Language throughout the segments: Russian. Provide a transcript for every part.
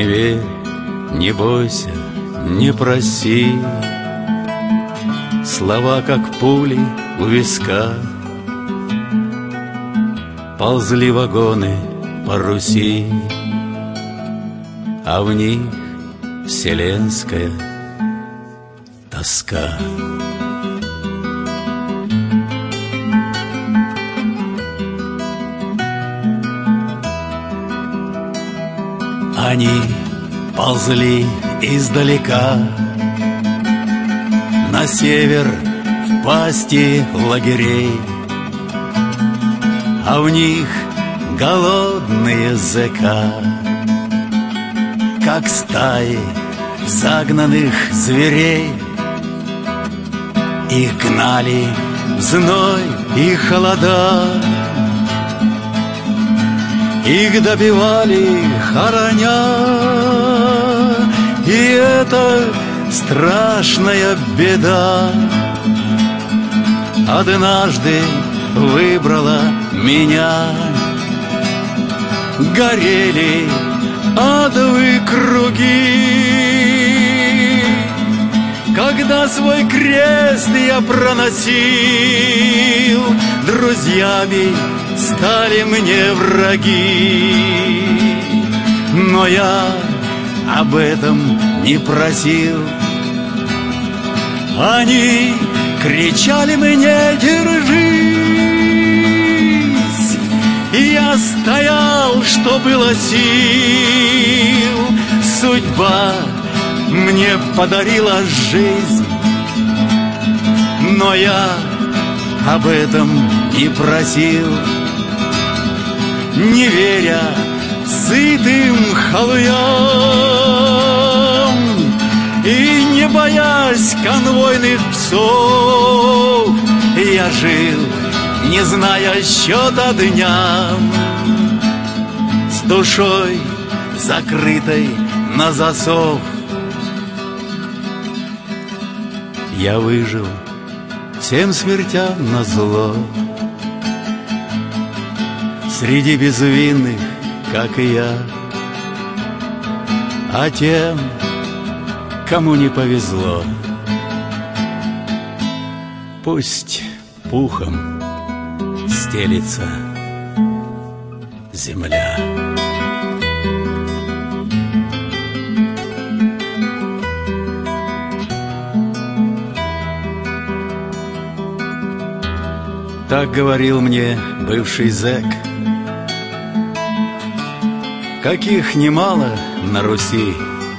верь, не бойся, не проси. Слова, как пули у виска, ползли вагоны по Руси, а в них вселенская тоска. Они ползли издалека на север в пасти лагерей, а в них голодные зэка, как стаи загнанных зверей. Их гнали в зной и холода, их добивали хороня, и это страшная беда однажды выбрала меня. Горели адовые круги, когда свой крест я проносил. Друзьями стали мне враги, но я об этом не просил. Они кричали мне: держись! И я стоял, что было сил. Судьба мне подарила жизнь, но я об этом не просил. Не веря сытым халуям и не боясь конвойных псов, я жил, не зная счета дням, с душой закрытой на засов. Я выжил всем смертям назло, среди безвинных, как и я. А тем, кому не повезло, пусть пухом стелится земля. Так говорил мне бывший зэк, каких немало на Руси,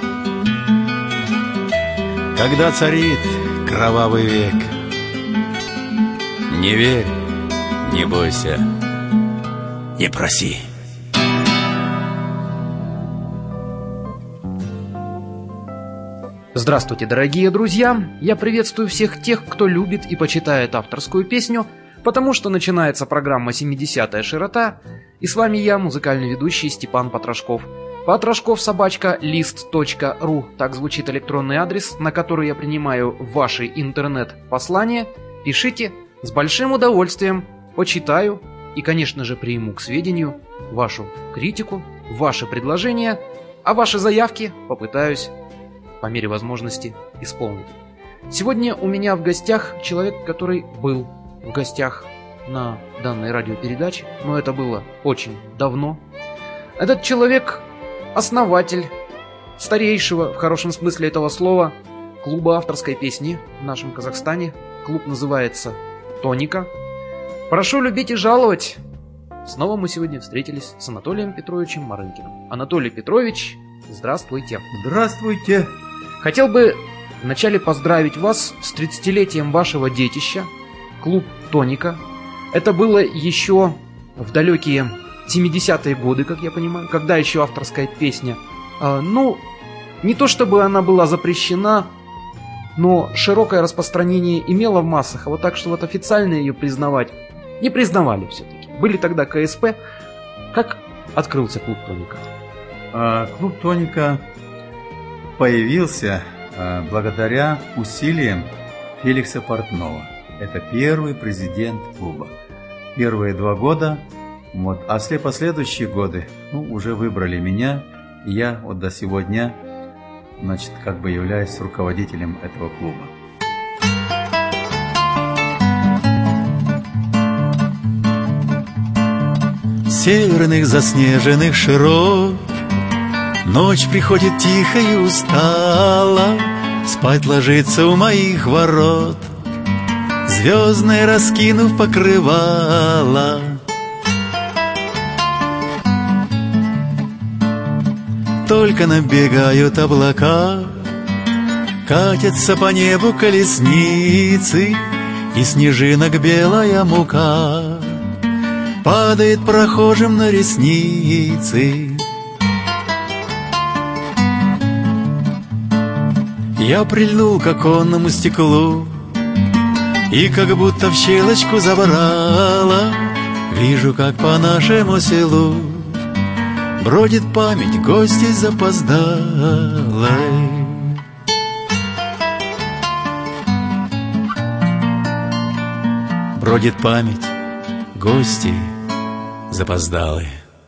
когда царит кровавый век. Не верь, не бойся, не проси. Здравствуйте, дорогие друзья! Я приветствую всех тех, кто любит и почитает авторскую песню, потому что начинается программа «70-я широта», и с вами я, музыкальный ведущий Степан Потрошков. Потрошков@list.ru, так звучит электронный адрес, на который я принимаю ваши интернет-послания. Пишите, с большим удовольствием почитаю и, конечно же, приму к сведению вашу критику, ваши предложения, а ваши заявки попытаюсь по мере возможности исполнить. Сегодня у меня в гостях человек, который был в гостях на данной радиопередаче, но это было очень давно. Этот человек — основатель старейшего, в хорошем смысле этого слова, клуба авторской песни в нашем Казахстане. Клуб называется «Тоника». Прошу любить и жаловать. Снова мы сегодня встретились с Анатолием Петровичем Марынкиным. Анатолий Петрович, здравствуйте. Здравствуйте. Хотел бы вначале поздравить вас с 30-летием вашего детища, клуб «Тоника». Это было еще в далекие 70-е годы, как я понимаю, когда еще авторская песня, не то чтобы она была запрещена, но широкое распространение имела в массах, а вот так, что вот официально ее признавать не признавали все-таки. Были тогда КСП. Как открылся клуб «Тоника»? Клуб «Тоника» появился благодаря усилиям Феликса Портнова. Это первый президент клуба. Первые 2 года, а все последующие годы уже выбрали меня И я вот до сего дня, значит, как бы являюсь руководителем этого клуба. Северных заснеженных широт ночь приходит тихо и устала, спать ложится у моих ворот, звездное раскинув покрывало. Только набегают облака, катятся по небу колесницы, и снежинок белая мука падает прохожим на ресницы. Я прильнул к оконному стеклу и как будто в щелочку забрала, вижу, как по нашему селу бродит память гостей запоздалой. Бродит память гостей запоздалые.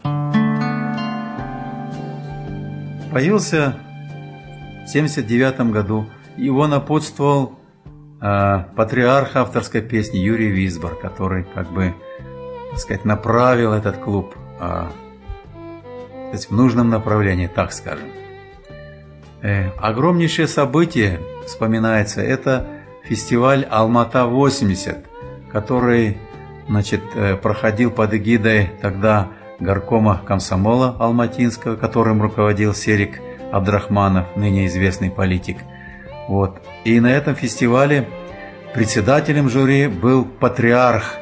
Появился в 1979 году. Его напутствовал патриарх авторской песни Юрий Висбор, который, как бы, так сказать, направил этот клуб в нужном направлении, так скажем. Огромнейшее событие вспоминается, это фестиваль «Алмата-80», который, значит, проходил под эгидой тогда горкома комсомола алматинского, которым руководил Серик Абдрахманов, ныне известный политик. Вот. И на этом фестивале председателем жюри был патриарх,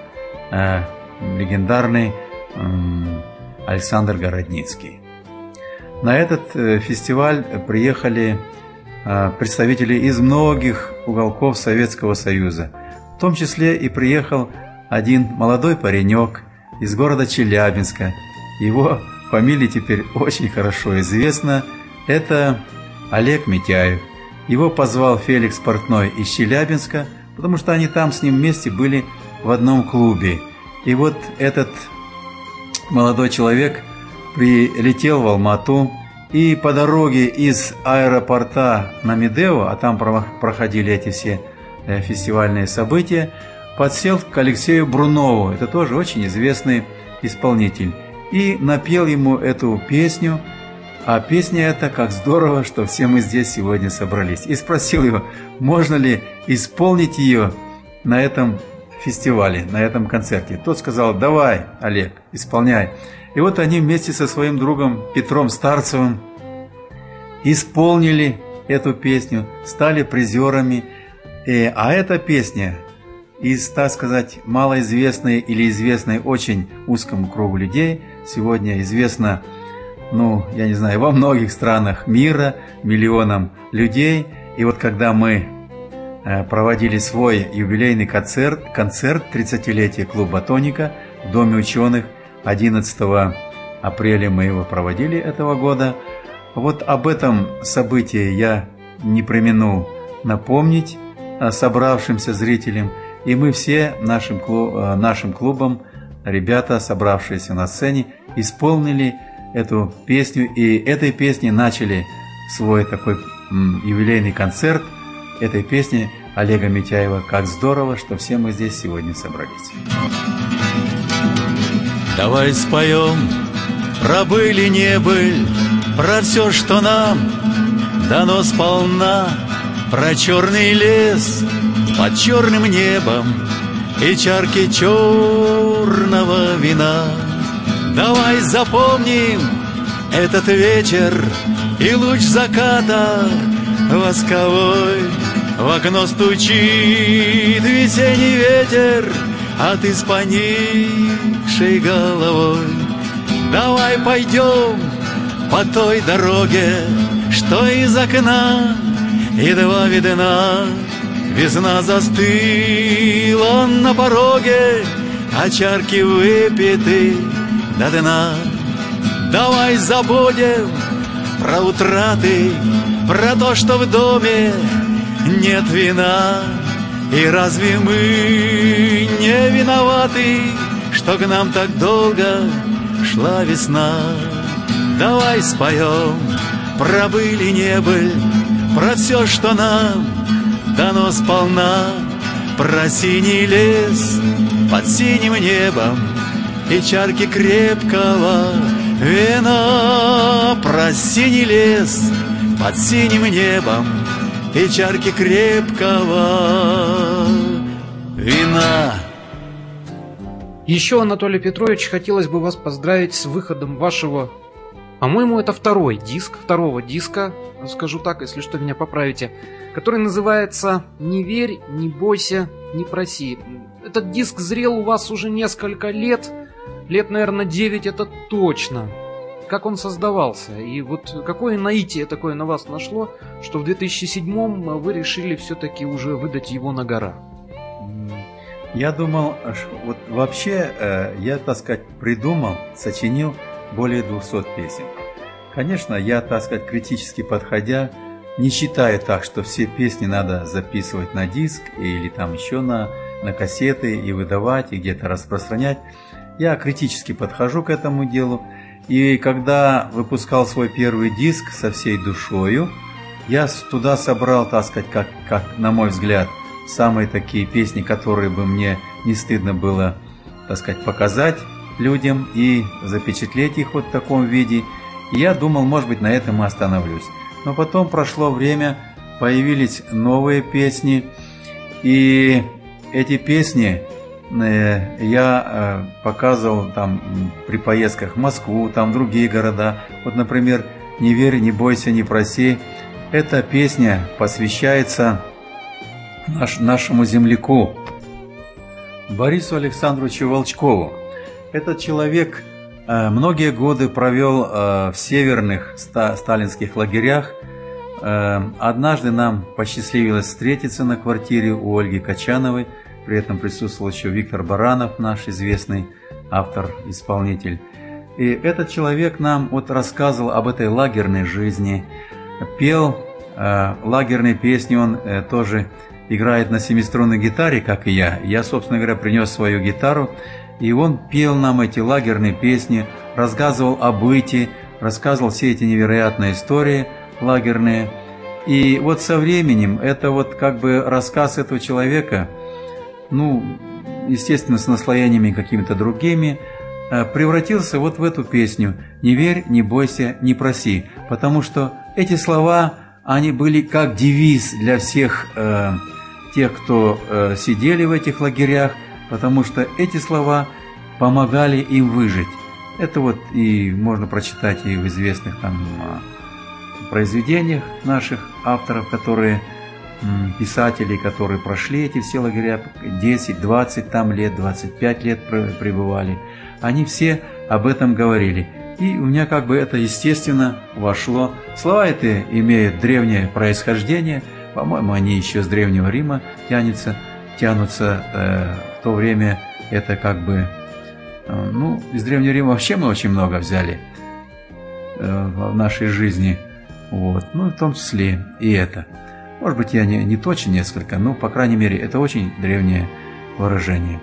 легендарный Александр Городницкий. На этот фестиваль приехали представители из многих уголков Советского Союза. В том числе и приехал один молодой паренек из города Челябинска. Его фамилия теперь очень хорошо известна. Это Олег Митяев. Его позвал Феликс Портной из Челябинска, потому что они там с ним вместе были в одном клубе. И вот этот молодой человек прилетел в Алмату, и по дороге из аэропорта на Медео, а там проходили эти все фестивальные события, подсел к Алексею Брунову, это тоже очень известный исполнитель, и напел ему эту песню, а песня эта «Как здорово, что все мы здесь сегодня собрались», и спросил его, можно ли исполнить ее на этом фестивале, на этом концерте. Тот сказал: давай, Олег, исполняй. И вот они вместе со своим другом Петром Старцевым исполнили эту песню, стали призерами. А эта песня из, так сказать, малоизвестной или известной очень узкому кругу людей сегодня известна, ну, я не знаю, во многих странах мира, миллионам людей. И вот когда мы проводили свой юбилейный концерт 30-летия клуба «Тоника» в Доме ученых, 11 апреля мы его проводили этого года. Вот об этом событии я не преминул напомнить собравшимся зрителям. И мы все нашим клубом, ребята, собравшиеся на сцене, исполнили эту песню. И этой песней начали свой такой юбилейный концерт этой песни Олега Митяева «Как здорово, что все мы здесь сегодня собрались». Давай споем про быль и небыль, про все, что нам дано сполна, про черный лес под черным небом и чарки черного вина. Давай запомним этот вечер и луч заката восковой. В окно стучит весенний ветер, а ты с поникшей головой. Давай пойдем по той дороге, что из окна едва видна. Весна застыла на пороге, а чарки выпиты до дна. Давай забудем про утраты, про то, что в доме нет вина. И разве мы не виноваты, что к нам так долго шла весна? давай споем про быль и небыль, про все, что нам дано сполна, про синий лес под синим небом и чарки крепкого вина, про синий лес под синим небом и чарки крепкого вина. Еще, Анатолий Петрович, хотелось бы вас поздравить с выходом вашего, по-моему, это второго диска, скажу так, если что, меня поправите, который называется «Не верь, не бойся, не проси». Этот диск зрел у вас уже несколько лет, наверное, 9 это точно. Как он создавался? И вот какое наитие такое на вас нашло, что в 2007-м вы решили все-таки уже выдать его на гора? Я думал, вот вообще я, так сказать, придумал, сочинил более 200 песен. Конечно, я, так сказать, критически подходя, не считаю так, что все песни надо записывать на диск или там еще на кассеты и выдавать, и где-то распространять. Я критически подхожу к этому делу. И когда выпускал свой первый диск со всей душою, я туда собрал, так сказать, как на мой взгляд, самые такие песни, которые бы мне не стыдно было, так сказать, показать людям и запечатлеть их вот в таком виде. И я думал, может быть, на этом и остановлюсь. Но потом прошло время, появились новые песни, и эти песни я показывал там при поездках в Москву, там в другие города. Вот, например, «Не верь, не бойся, не проси». Эта песня посвящается нашему земляку Борису Александровичу Волчкову. Этот человек многие годы провел в северных сталинских лагерях. Однажды нам посчастливилось встретиться на квартире у Ольги Качановой. При этом присутствовал еще Виктор Баранов, наш известный автор-исполнитель. И этот человек нам вот рассказывал об этой лагерной жизни, пел лагерные песни, он тоже играет на семиструнной гитаре, как и я. Я, собственно говоря, принес свою гитару, и он пел нам эти лагерные песни, рассказывал о быте, рассказывал все эти невероятные истории лагерные. И вот со временем это вот как бы рассказ этого человека, ну, естественно, с наслоениями какими-то другими, превратился вот в эту песню «Не верь, не бойся, не проси», потому что эти слова, они были как девиз для всех тех, кто сидели в этих лагерях, потому что эти слова помогали им выжить. Это вот и можно прочитать и в известных там произведениях наших авторов, которые писателей, которые прошли эти все лагеря, 10, 20 там лет, 25 лет пребывали. Они все об этом говорили. И у меня как бы это естественно вошло. Слова эти имеют древнее происхождение. По-моему, они еще с Древнего Рима тянутся. В то время это как бы... Ну, из Древнего Рима вообще мы очень много взяли в нашей жизни. Вот. Ну, в том числе и это. Может быть, я не точен несколько, но, по крайней мере, это очень древнее выражение.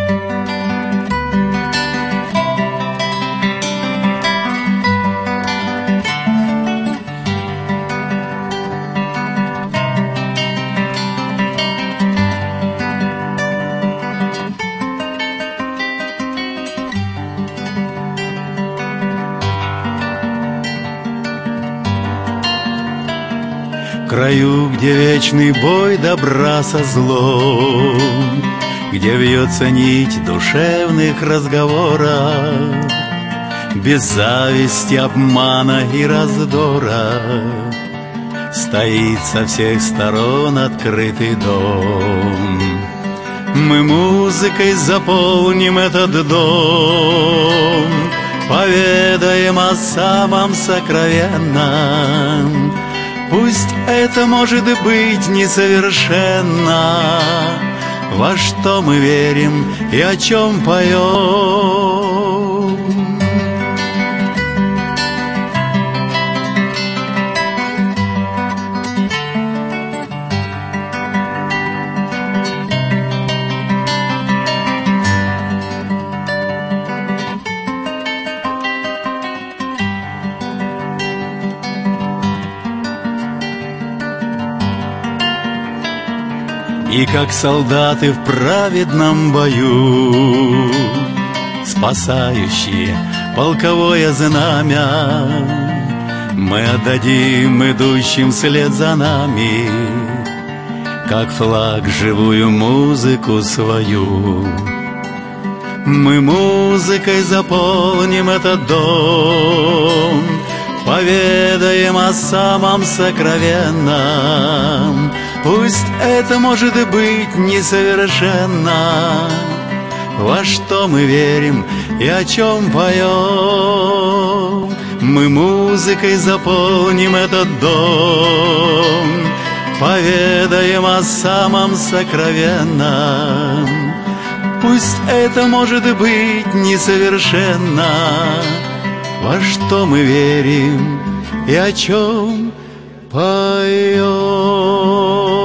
В краю, где вечный бой добра со злом, где вьется нить душевных разговоров, без зависти, обмана и раздора, стоит со всех сторон открытый дом. Мы музыкой заполним этот дом, поведаем о самом сокровенном. Пусть это может быть несовершенно, во что мы верим и о чем поем. И как солдаты в праведном бою, спасающие полковое знамя, мы отдадим идущим вслед за нами, как флаг, живую музыку свою. Мы музыкой заполним этот дом, поведаем о самом сокровенном. Пусть это может быть несовершенно, во что мы верим и о чем поем. Мы музыкой заполним этот дом, поведаем о самом сокровенном. Пусть это может быть несовершенно, во что мы верим и о чем поем.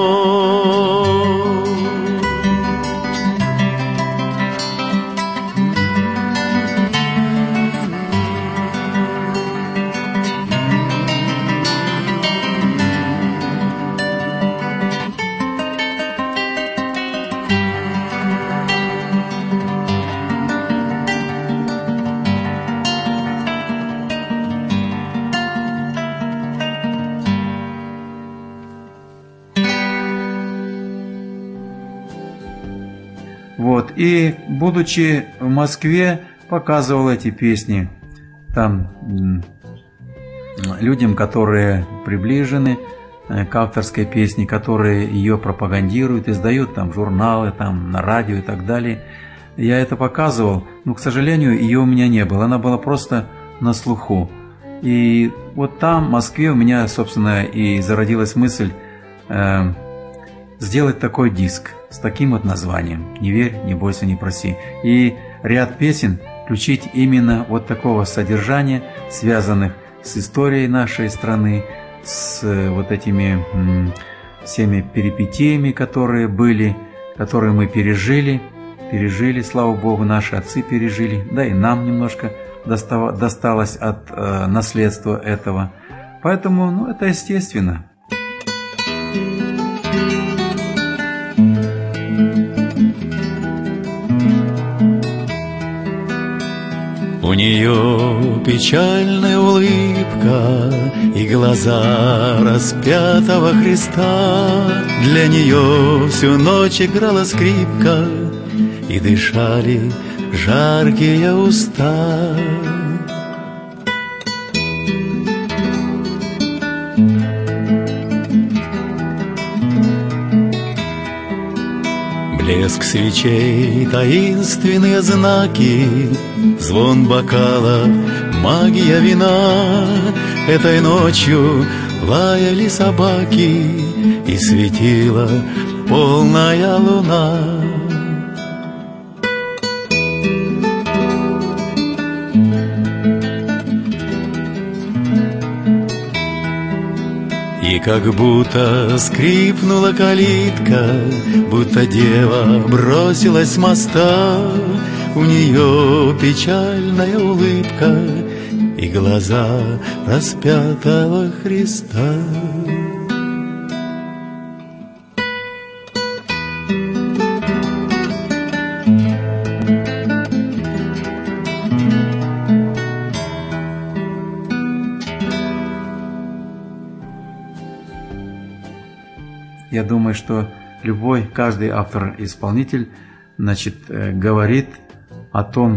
Вот. И, будучи в Москве, показывал эти песни там людям, которые приближены к авторской песне, которые ее пропагандируют, издают там журналы, там на радио и так далее. Я это показывал, но, к сожалению, ее у меня не было, она была просто на слуху. И вот там, в Москве, у меня, собственно, и зародилась мысль сделать такой диск с таким вот названием «Не верь, не бойся, не проси». И ряд песен включить именно вот такого содержания, связанных с историей нашей страны, с вот этими всеми перипетиями, которые были, которые мы пережили, слава Богу, наши отцы пережили, да и нам немножко досталось от наследства этого. Поэтому, это естественно. У нее печальная улыбка и глаза распятого Христа. Для нее всю ночь играла скрипка и дышали жаркие уста. Блеск свечей, таинственные знаки, звон бокала, магия вина. Этой ночью лаяли собаки и светила полная луна. И как будто скрипнула калитка, будто дева бросилась с моста. У нее печальная улыбка и глаза распятого Христа. Я думаю, что каждый автор-исполнитель, говорит о том,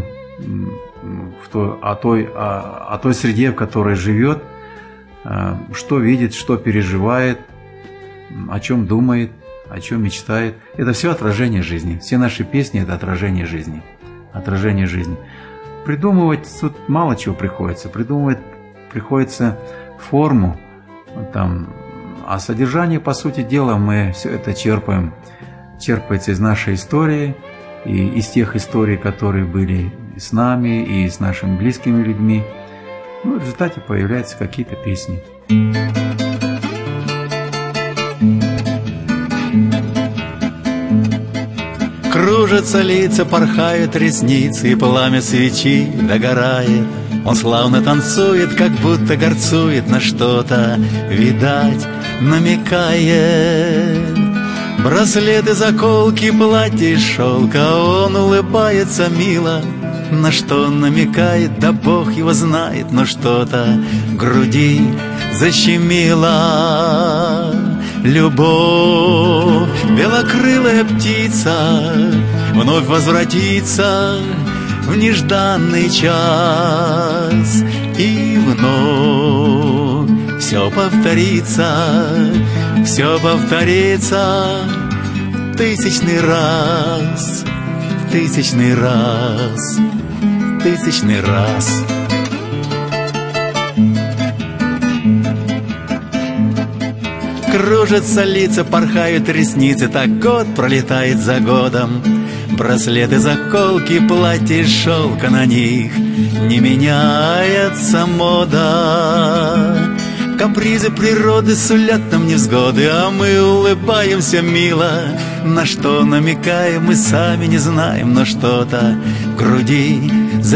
о той среде, в которой живет, что видит, что переживает, о чем думает, о чем мечтает. Это все отражение жизни. Все наши песни – это отражение жизни. Отражение жизни. Придумывать тут мало чего приходится. Придумывать приходится форму, а содержание, по сути дела, мы все это черпается из нашей истории и из тех историй, которые были с нами и с нашими близкими людьми. В результате появляются какие-то песни. Кружатся лица, порхают ресницы, и пламя свечи догорает. Он славно танцует, как будто горцует на что-то, видать, намекает. Браслеты, заколки, платье из шелка. Он улыбается мило, на что намекает, да Бог его знает, но что-то в груди защемило. Любовь, белокрылая птица, вновь возвратится в нежданный час, и вновь все повторится тысячный раз, тысячный раз, тысячный раз. Кружатся лица, порхают ресницы, так год пролетает за годом. Браслеты, заколки, платья из шелка, на них не меняется мода. Капризы природы сулят нам невзгоды, а мы улыбаемся мило. На что намекаем, мы сами не знаем, но что-то в груди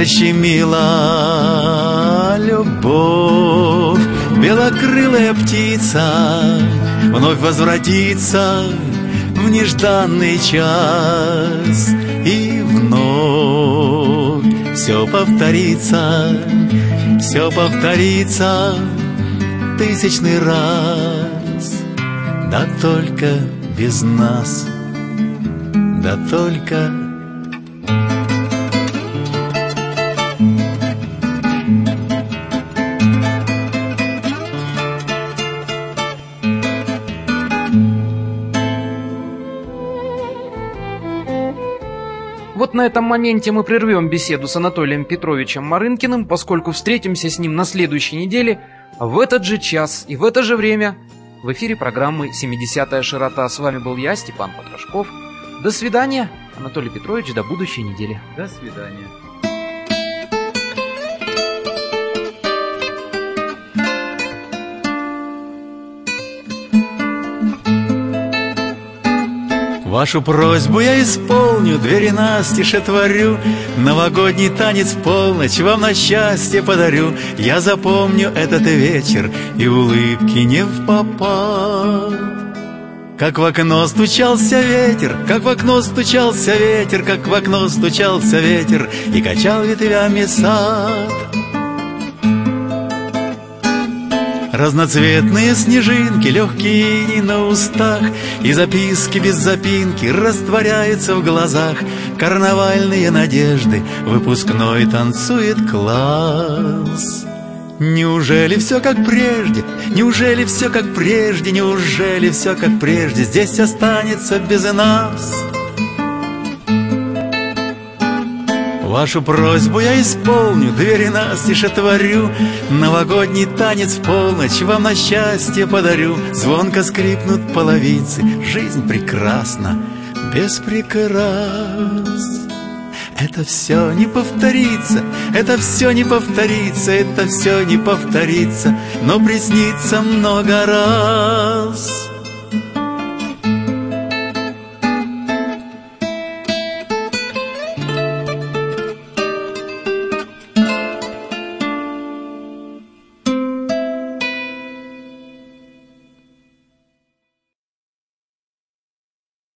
защемило. Любовь, белокрылая птица, вновь возвратится в нежданный час, и вновь все повторится тысячный раз. Да только без нас, да только Вот на этом моменте мы прервем беседу с Анатолием Петровичем Марынкиным, поскольку встретимся с ним на следующей неделе в этот же час и в это же время в эфире программы «70-я широта». С вами был я, Степан Потрошков. До свидания, Анатолий Петрович, до будущей недели. До свидания. Вашу просьбу я исполню, двери настежь отворю, новогодний танец в полночь вам на счастье подарю. Я запомню этот вечер и улыбки не впопад. Как в окно стучался ветер, как в окно стучался ветер, как в окно стучался ветер и качал ветвями сад. Разноцветные снежинки, легкие иней на устах, и записки без запинки растворяются в глазах. Карнавальные надежды, выпускной танцует класс. Неужели все как прежде? Неужели все как прежде? Неужели все как прежде здесь останется без нас? Вашу просьбу я исполню, двери настежь отворю, новогодний танец в полночь вам на счастье подарю. Звонко скрипнут половицы, жизнь прекрасна, без прикрас. Это все не повторится, это все не повторится, это все не повторится, но приснится много раз.